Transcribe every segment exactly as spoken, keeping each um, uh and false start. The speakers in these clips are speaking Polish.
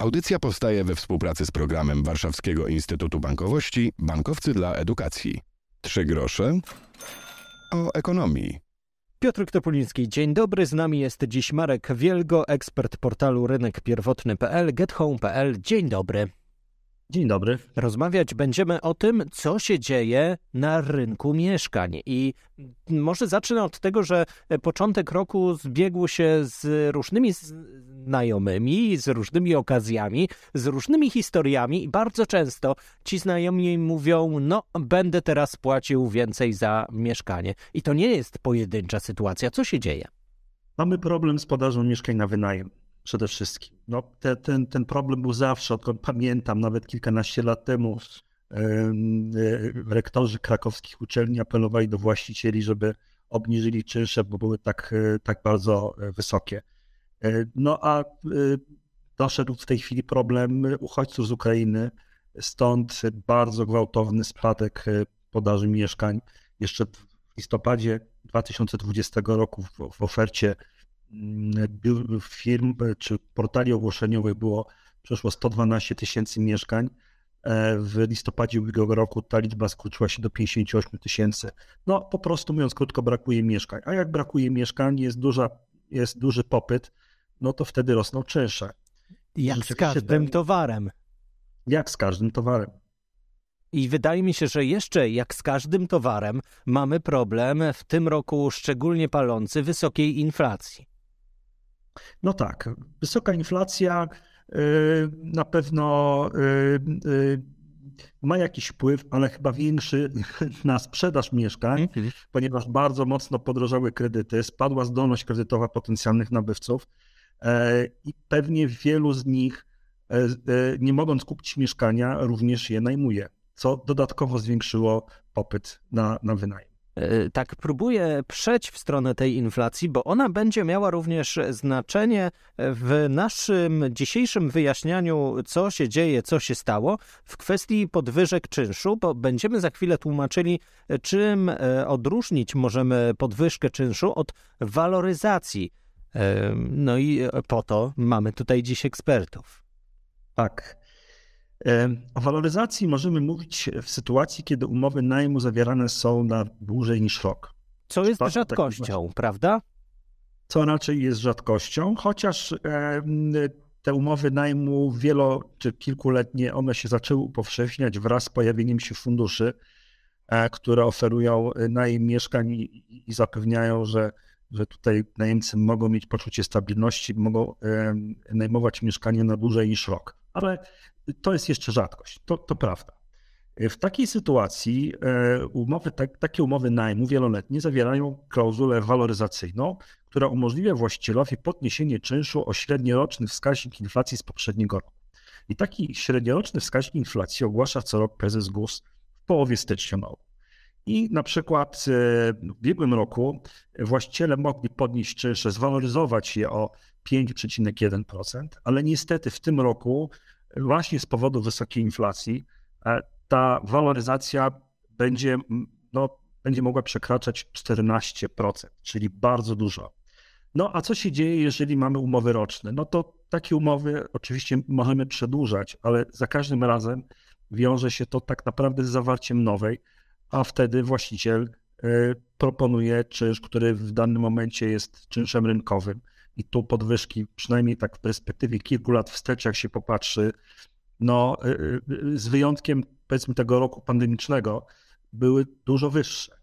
Audycja powstaje we współpracy z programem Warszawskiego Instytutu Bankowości Bankowcy dla Edukacji. Trzy grosze o ekonomii. Piotr Topuliński, dzień dobry. Z nami jest dziś Marek Wielgo, ekspert portalu rynek pierwotny kropka p l, gethome kropka p l. Dzień dobry. Dzień dobry. Rozmawiać będziemy o tym, co się dzieje na rynku mieszkań. I może zacznę od tego, że początek roku zbiegł się z różnymi znajomymi, z różnymi okazjami, z różnymi historiami i bardzo często ci znajomi mówią, no będę teraz płacił więcej za mieszkanie. I to nie jest pojedyncza sytuacja. Co się dzieje? Mamy problem z podażą mieszkań na wynajem. Przede wszystkim. No, te, ten, ten problem był zawsze, odkąd pamiętam, nawet kilkanaście lat temu yy, yy, rektorzy krakowskich uczelni apelowali do właścicieli, żeby obniżyli czynsze, bo były tak, yy, tak bardzo wysokie. Yy, no a yy, doszedł w tej chwili problem uchodźców z Ukrainy, stąd bardzo gwałtowny spadek podaży mieszkań. Jeszcze w listopadzie dwa tysiące dwudziestego roku w, w ofercie firm czy portali ogłoszeniowych było przeszło sto dwanaście tysięcy mieszkań. W listopadzie ubiegłego roku ta liczba skurczyła się do pięćdziesiąt osiem tysięcy. No po prostu mówiąc krótko, brakuje mieszkań. A jak brakuje mieszkań, jest, duża, jest duży popyt, no to wtedy rosną czynsze. Jak z każdym towarem. Jak z każdym towarem. I wydaje mi się, że jeszcze jak z każdym towarem mamy problem w tym roku szczególnie palący wysokiej inflacji. No tak, wysoka inflacja yy, na pewno yy, yy, ma jakiś wpływ, ale chyba większy na sprzedaż mieszkań, mm-hmm. ponieważ bardzo mocno podrożały kredyty, spadła zdolność kredytowa potencjalnych nabywców yy, i pewnie wielu z nich, yy, yy, nie mogąc kupić mieszkania, również je najmuje, co dodatkowo zwiększyło popyt na, na wynajem. Tak, próbuję przejść w stronę tej inflacji, bo ona będzie miała również znaczenie w naszym dzisiejszym wyjaśnianiu, co się dzieje, co się stało w kwestii podwyżek czynszu, bo będziemy za chwilę tłumaczyli, czym odróżnić możemy podwyżkę czynszu od waloryzacji. No i po to mamy tutaj dziś ekspertów. Tak. O waloryzacji możemy mówić w sytuacji, kiedy umowy najmu zawierane są na dłużej niż rok. Co jest rzadkością, tak, prawda? Co raczej jest rzadkością, chociaż te umowy najmu wielo- czy kilkuletnie, one się zaczęły upowszechniać wraz z pojawieniem się funduszy, które oferują najem mieszkań i, i zapewniają, że, że tutaj najemcy mogą mieć poczucie stabilności, mogą najmować mieszkanie na dłużej niż rok. Ale to jest jeszcze rzadkość, to, to prawda. W takiej sytuacji umowy, tak, takie umowy najmu wieloletnie zawierają klauzulę waloryzacyjną, która umożliwia właścicielowi podniesienie czynszu o średnioroczny wskaźnik inflacji z poprzedniego roku. I taki średnioroczny wskaźnik inflacji ogłasza co rok prezes G U S w połowie stycznia roku. I na przykład w ubiegłym roku właściciele mogli podnieść czynsze, zwaloryzować je o pięć przecinek jeden procent, ale niestety w tym roku właśnie z powodu wysokiej inflacji ta waloryzacja będzie, no, będzie mogła przekraczać czternaście procent, czyli bardzo dużo. No a co się dzieje, jeżeli mamy umowy roczne? No to takie umowy oczywiście możemy przedłużać, ale za każdym razem wiąże się to tak naprawdę z zawarciem nowej, a wtedy właściciel proponuje czynsz, który w danym momencie jest czynszem rynkowym. I tu podwyżki, przynajmniej tak w perspektywie kilku lat wstecz, jak się popatrzy, no z wyjątkiem powiedzmy tego roku pandemicznego, były dużo wyższe.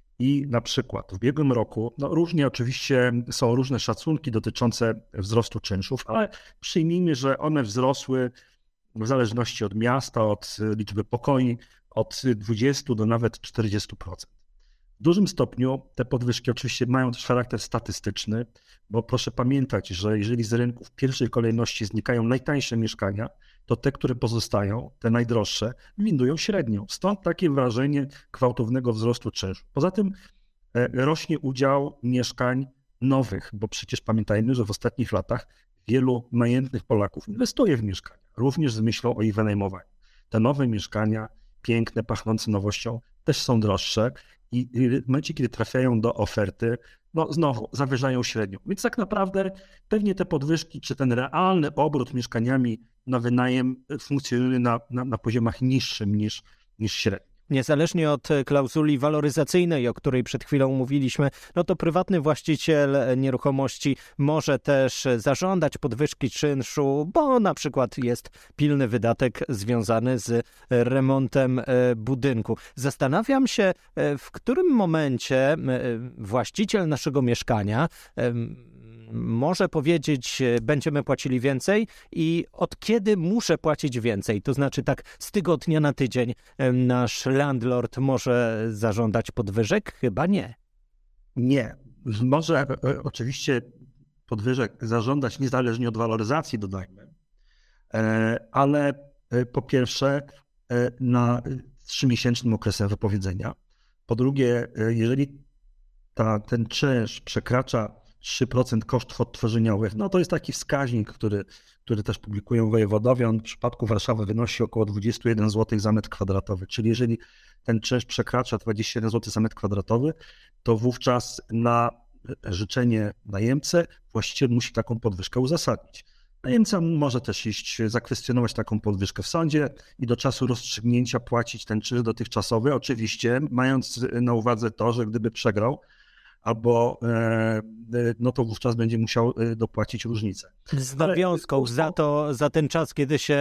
I na przykład w ubiegłym roku, no różnie oczywiście są różne szacunki dotyczące wzrostu czynszów, ale przyjmijmy, że one wzrosły w zależności od miasta, od liczby pokoi, od dwudziestu do nawet czterdziestu procent. W dużym stopniu te podwyżki oczywiście mają też charakter statystyczny, bo proszę pamiętać, że jeżeli z rynku w pierwszej kolejności znikają najtańsze mieszkania, to te, które pozostają, te najdroższe, windują średnią. Stąd takie wrażenie gwałtownego wzrostu czynszu. Poza tym rośnie udział mieszkań nowych, bo przecież pamiętajmy, że w ostatnich latach wielu majętnych Polaków inwestuje w mieszkania, również z myślą o ich wynajmowaniu. Te nowe mieszkania, piękne, pachnące nowością, też są droższe i w momencie, kiedy trafiają do oferty, no znowu zawyżają średnią. Więc tak naprawdę pewnie te podwyżki, czy ten realny obrót mieszkaniami na wynajem funkcjonuje na, na, na poziomach niższym niż, niż średnio. Niezależnie od klauzuli waloryzacyjnej, o której przed chwilą mówiliśmy, no to prywatny właściciel nieruchomości może też zażądać podwyżki czynszu, bo na przykład jest pilny wydatek związany z remontem budynku. Zastanawiam się, w którym momencie właściciel naszego mieszkania może powiedzieć, będziemy płacili więcej i od kiedy muszę płacić więcej. To znaczy tak z tygodnia na tydzień nasz landlord może zażądać podwyżek? Chyba nie. Nie. Może oczywiście podwyżek zażądać niezależnie od waloryzacji, dodajmy, ale po pierwsze na trzymiesięcznym okresem wypowiedzenia. Po drugie, jeżeli ta, ten czynsz przekracza trzy procent kosztów odtworzeniowych, no to jest taki wskaźnik, który, który też publikują wojewodowie. On w przypadku Warszawy wynosi około dwadzieścia jeden złotych za metr kwadratowy, czyli jeżeli ten czynsz przekracza dwadzieścia jeden złotych za metr kwadratowy, to wówczas na życzenie najemcy właściciel musi taką podwyżkę uzasadnić. Najemca może też iść, zakwestionować taką podwyżkę w sądzie i do czasu rozstrzygnięcia płacić ten czynsz dotychczasowy, oczywiście mając na uwadze to, że gdyby przegrał, albo no to wówczas będzie musiał dopłacić różnicę. Z nawiązką Ale... za to, za ten czas, kiedy się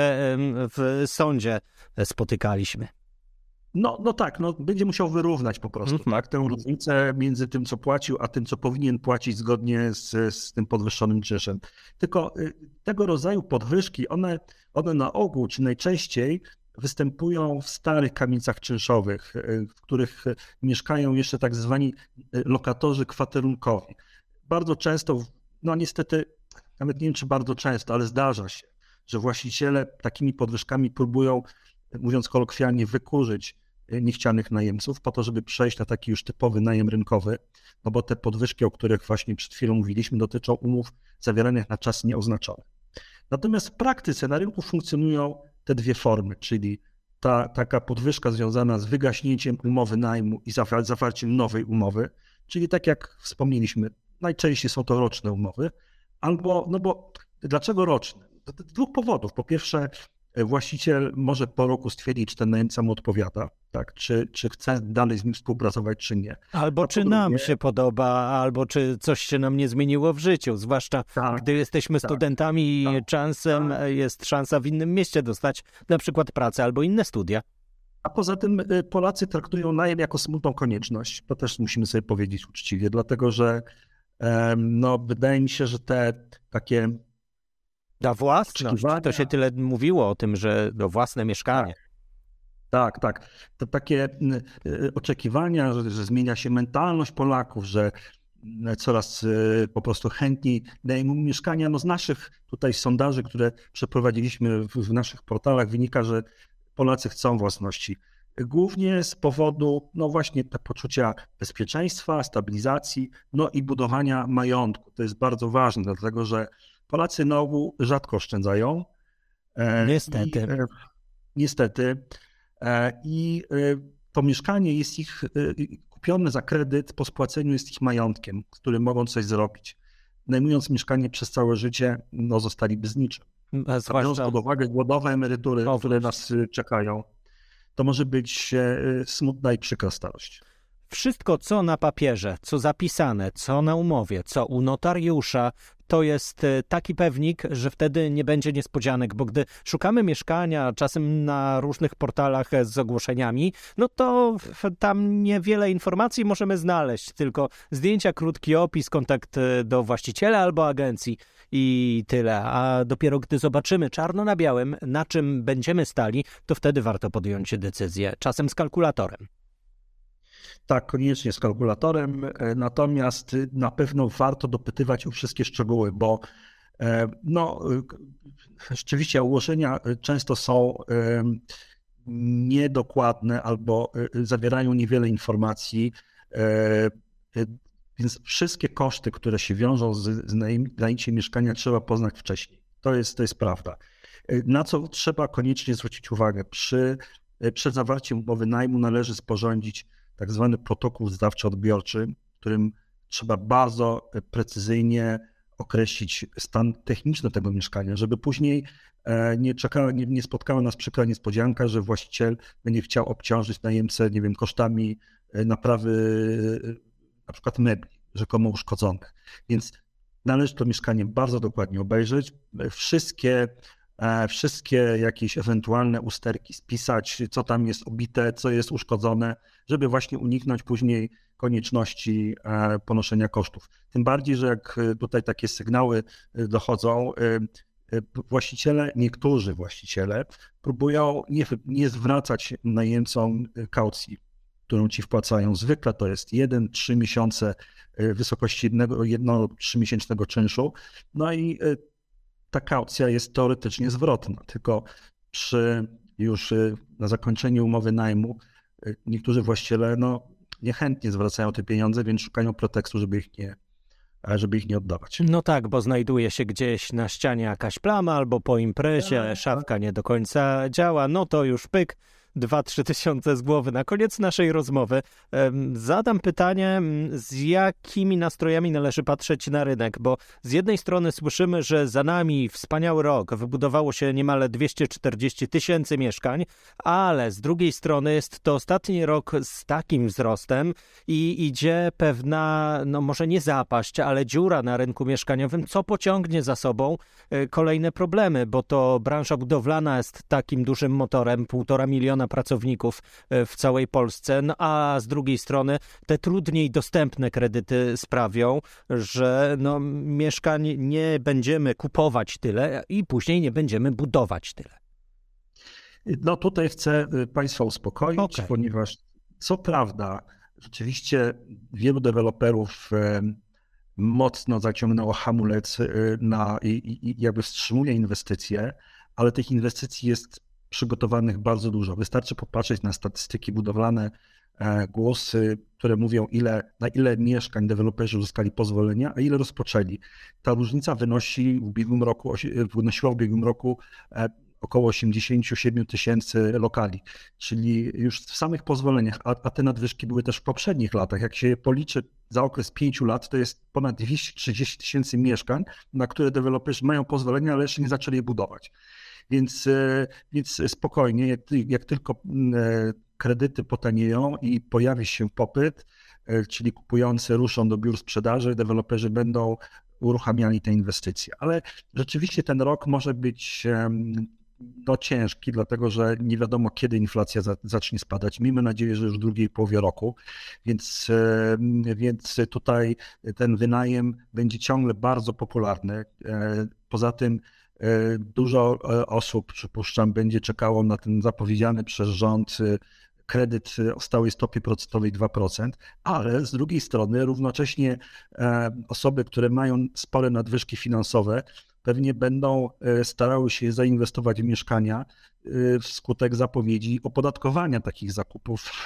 w sądzie spotykaliśmy. No, no tak, no będzie musiał wyrównać po prostu mm. tak, tę różnicę między tym, co płacił, a tym, co powinien płacić zgodnie z, z tym podwyższonym czynszem. Tylko tego rodzaju podwyżki, one, one na ogół, czy najczęściej występują w starych kamienicach czynszowych, w których mieszkają jeszcze tak zwani lokatorzy kwaterunkowi. Bardzo często, no niestety, nawet nie wiem czy bardzo często, ale zdarza się, że właściciele takimi podwyżkami próbują, mówiąc kolokwialnie, wykurzyć niechcianych najemców po to, żeby przejść na taki już typowy najem rynkowy, no bo te podwyżki, o których właśnie przed chwilą mówiliśmy, dotyczą umów zawieranych na czas nieoznaczony. Natomiast w praktyce na rynku funkcjonują te dwie formy, czyli ta taka podwyżka związana z wygaśnięciem umowy najmu i zawarciem nowej umowy, czyli tak jak wspomnieliśmy, najczęściej są to roczne umowy, albo, no bo dlaczego roczne? Z dwóch powodów. Po pierwsze, właściciel może po roku stwierdzić, czy ten najemca mu odpowiada, tak? czy, czy chce dalej z nim współpracować, czy nie. Albo czy drugie... nam się podoba, albo czy coś się nam nie zmieniło w życiu, zwłaszcza tak, gdy jesteśmy tak, studentami i tak, czasem tak. jest szansa w innym mieście dostać na przykład pracę albo inne studia. A poza tym Polacy traktują najem jako smutną konieczność. To też musimy sobie powiedzieć uczciwie, dlatego że no, wydaje mi się, że te takie Da własność, to się tyle mówiło o tym, że do własne mieszkanie. Tak, tak. To takie oczekiwania, że, że zmienia się mentalność Polaków, że coraz po prostu chętniej dają mieszkania. No z naszych tutaj sondaży, które przeprowadziliśmy w, w naszych portalach, wynika, że Polacy chcą własności. Głównie z powodu, no właśnie, te poczucia bezpieczeństwa, stabilizacji, no i budowania majątku. To jest bardzo ważne, dlatego że Polacy na ogół rzadko oszczędzają. Niestety. I, niestety. I to mieszkanie jest ich kupione za kredyt, po spłaceniu jest ich majątkiem, z którym mogą coś zrobić. Najmując mieszkanie przez całe życie, no zostaliby z niczym. A zwłaszcza... Biorąc pod uwagę głodowe emerytury, o, które nas czekają, to może być smutna i przykra starość. Wszystko, co na papierze, co zapisane, co na umowie, co u notariusza, to jest taki pewnik, że wtedy nie będzie niespodzianek, bo gdy szukamy mieszkania czasem na różnych portalach z ogłoszeniami, no to tam niewiele informacji możemy znaleźć, tylko zdjęcia, krótki opis, kontakt do właściciela albo agencji i tyle. A dopiero gdy zobaczymy czarno na białym, na czym będziemy stali, to wtedy warto podjąć decyzję, czasem z kalkulatorem. Tak, koniecznie z kalkulatorem, natomiast na pewno warto dopytywać o wszystkie szczegóły, bo no, rzeczywiście ogłoszenia często są niedokładne albo zawierają niewiele informacji, więc wszystkie koszty, które się wiążą z, z najęciem mieszkania, trzeba poznać wcześniej. To jest, to jest prawda. Na co trzeba koniecznie zwrócić uwagę przy przed zawarciem umowy najmu należy sporządzić tak zwany protokół zdawczo-odbiorczy, w którym trzeba bardzo precyzyjnie określić stan techniczny tego mieszkania, żeby później nie czekała, nie, nie spotkała nas przykra niespodzianka, że właściciel będzie chciał obciążyć najemcę, nie wiem, kosztami naprawy na przykład mebli rzekomo uszkodzonych. Więc należy to mieszkanie bardzo dokładnie obejrzeć, wszystkie, wszystkie jakieś ewentualne usterki spisać, co tam jest obite, co jest uszkodzone, żeby właśnie uniknąć później konieczności ponoszenia kosztów. Tym bardziej, że jak tutaj takie sygnały dochodzą, właściciele, niektórzy właściciele próbują nie, nie zwracać najemcom kaucji, którą ci wpłacają. Zwykle to jest jeden, trzy miesiące w wysokości jednego, jedno, trzymiesięcznego czynszu. No i ta kaucja jest teoretycznie zwrotna, tylko przy już na zakończeniu umowy najmu niektórzy właściciele no, niechętnie zwracają te pieniądze, więc szukają pretekstu, żeby ich nie, żeby ich nie oddawać. No tak, bo znajduje się gdzieś na ścianie jakaś plama albo po imprezie, szafka nie do końca działa, no to już pyk. Dwa, trzy tysiące z głowy. Na koniec naszej rozmowy zadam pytanie, z jakimi nastrojami należy patrzeć na rynek, bo z jednej strony słyszymy, że za nami wspaniały rok, wybudowało się niemal dwieście czterdzieści tysięcy mieszkań, ale z drugiej strony jest to ostatni rok z takim wzrostem i idzie pewna, no może nie zapaść, ale dziura na rynku mieszkaniowym, co pociągnie za sobą kolejne problemy, bo to branża budowlana jest takim dużym motorem, półtora miliona pracowników w całej Polsce, no a z drugiej strony te trudniej dostępne kredyty sprawią, że no, mieszkań nie będziemy kupować tyle i później nie będziemy budować tyle. No tutaj chcę Państwa uspokoić, Okay. ponieważ co prawda rzeczywiście wielu deweloperów mocno zaciągnęło hamulec na, i, i jakby wstrzymuje inwestycje, ale tych inwestycji jest przygotowanych bardzo dużo. Wystarczy popatrzeć na statystyki budowlane, głosy, które mówią, ile, na ile mieszkań deweloperzy uzyskali pozwolenia, a ile rozpoczęli. Ta różnica wynosi w ubiegłym roku, wynosiła w ubiegłym roku około osiemdziesiąt siedem tysięcy lokali, czyli już w samych pozwoleniach, a, a te nadwyżki były też w poprzednich latach. Jak się je policzy za okres pięciu lat, to jest ponad dwieście trzydzieści tysięcy mieszkań, na które deweloperzy mają pozwolenia, ale jeszcze nie zaczęli je budować. Więc, więc spokojnie, jak, jak tylko kredyty potanieją i pojawi się popyt, czyli kupujący ruszą do biur sprzedaży, deweloperzy będą uruchamiali te inwestycje. Ale rzeczywiście ten rok może być no, ciężki, dlatego że nie wiadomo, kiedy inflacja za, zacznie spadać. Miejmy nadzieję, że już w drugiej połowie roku, więc, więc tutaj ten wynajem będzie ciągle bardzo popularny. Poza tym dużo osób, przypuszczam, będzie czekało na ten zapowiedziany przez rząd kredyt o stałej stopie procentowej dwa procent, ale z drugiej strony równocześnie osoby, które mają spore nadwyżki finansowe, pewnie będą starały się zainwestować w mieszkania wskutek zapowiedzi opodatkowania takich zakupów.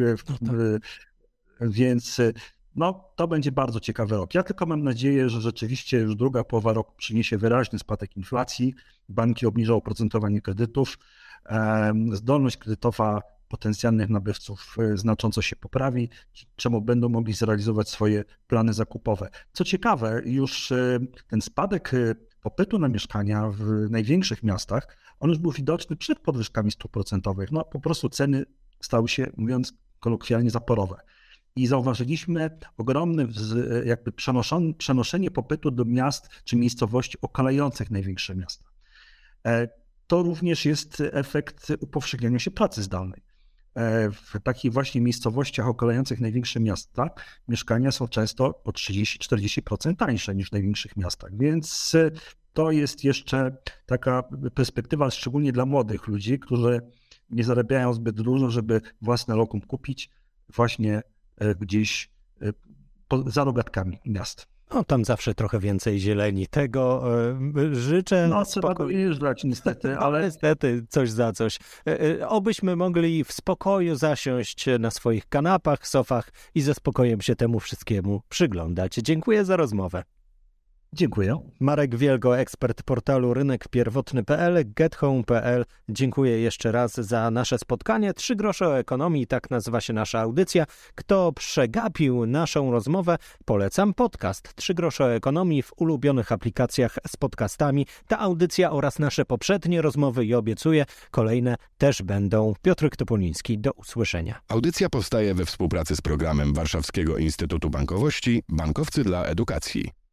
Więc no, to będzie bardzo ciekawy rok. Ja tylko mam nadzieję, że rzeczywiście już druga połowa roku przyniesie wyraźny spadek inflacji, banki obniżą oprocentowanie kredytów, zdolność kredytowa potencjalnych nabywców znacząco się poprawi, czemu będą mogli zrealizować swoje plany zakupowe. Co ciekawe, już ten spadek popytu na mieszkania w największych miastach, on już był widoczny przed podwyżkami stóp procentowych. No po prostu ceny stały się, mówiąc kolokwialnie, zaporowe. I zauważyliśmy ogromne jakby przenoszenie popytu do miast czy miejscowości okalających największe miasta. To również jest efekt upowszechniania się pracy zdalnej. W takich właśnie miejscowościach okalających największe miasta mieszkania są często o trzydzieści do czterdziestu procent tańsze niż w największych miastach, więc to jest jeszcze taka perspektywa, szczególnie dla młodych ludzi, którzy nie zarabiają zbyt dużo, żeby własne lokum kupić właśnie gdzieś za rogatkami miast. No tam zawsze trochę więcej zieleni. Tego y, życzę. No trzeba dojeżdżać niestety, ale... No, niestety coś za coś. Y, obyśmy mogli w spokoju zasiąść na swoich kanapach, sofach i ze spokojem się temu wszystkiemu przyglądać. Dziękuję za rozmowę. Dziękuję. Marek Wielgo, ekspert portalu rynek pierwotny kropka p l, gethome kropka p l. Dziękuję jeszcze raz za nasze spotkanie. Trzy grosze o ekonomii, tak nazywa się nasza audycja. Kto przegapił naszą rozmowę, polecam podcast Trzy grosze o ekonomii w ulubionych aplikacjach z podcastami. Ta audycja oraz nasze poprzednie rozmowy i obiecuję, kolejne też będą. Piotrek Topoliński, do usłyszenia. Audycja powstaje we współpracy z programem Warszawskiego Instytutu Bankowości Bankowcy dla Edukacji.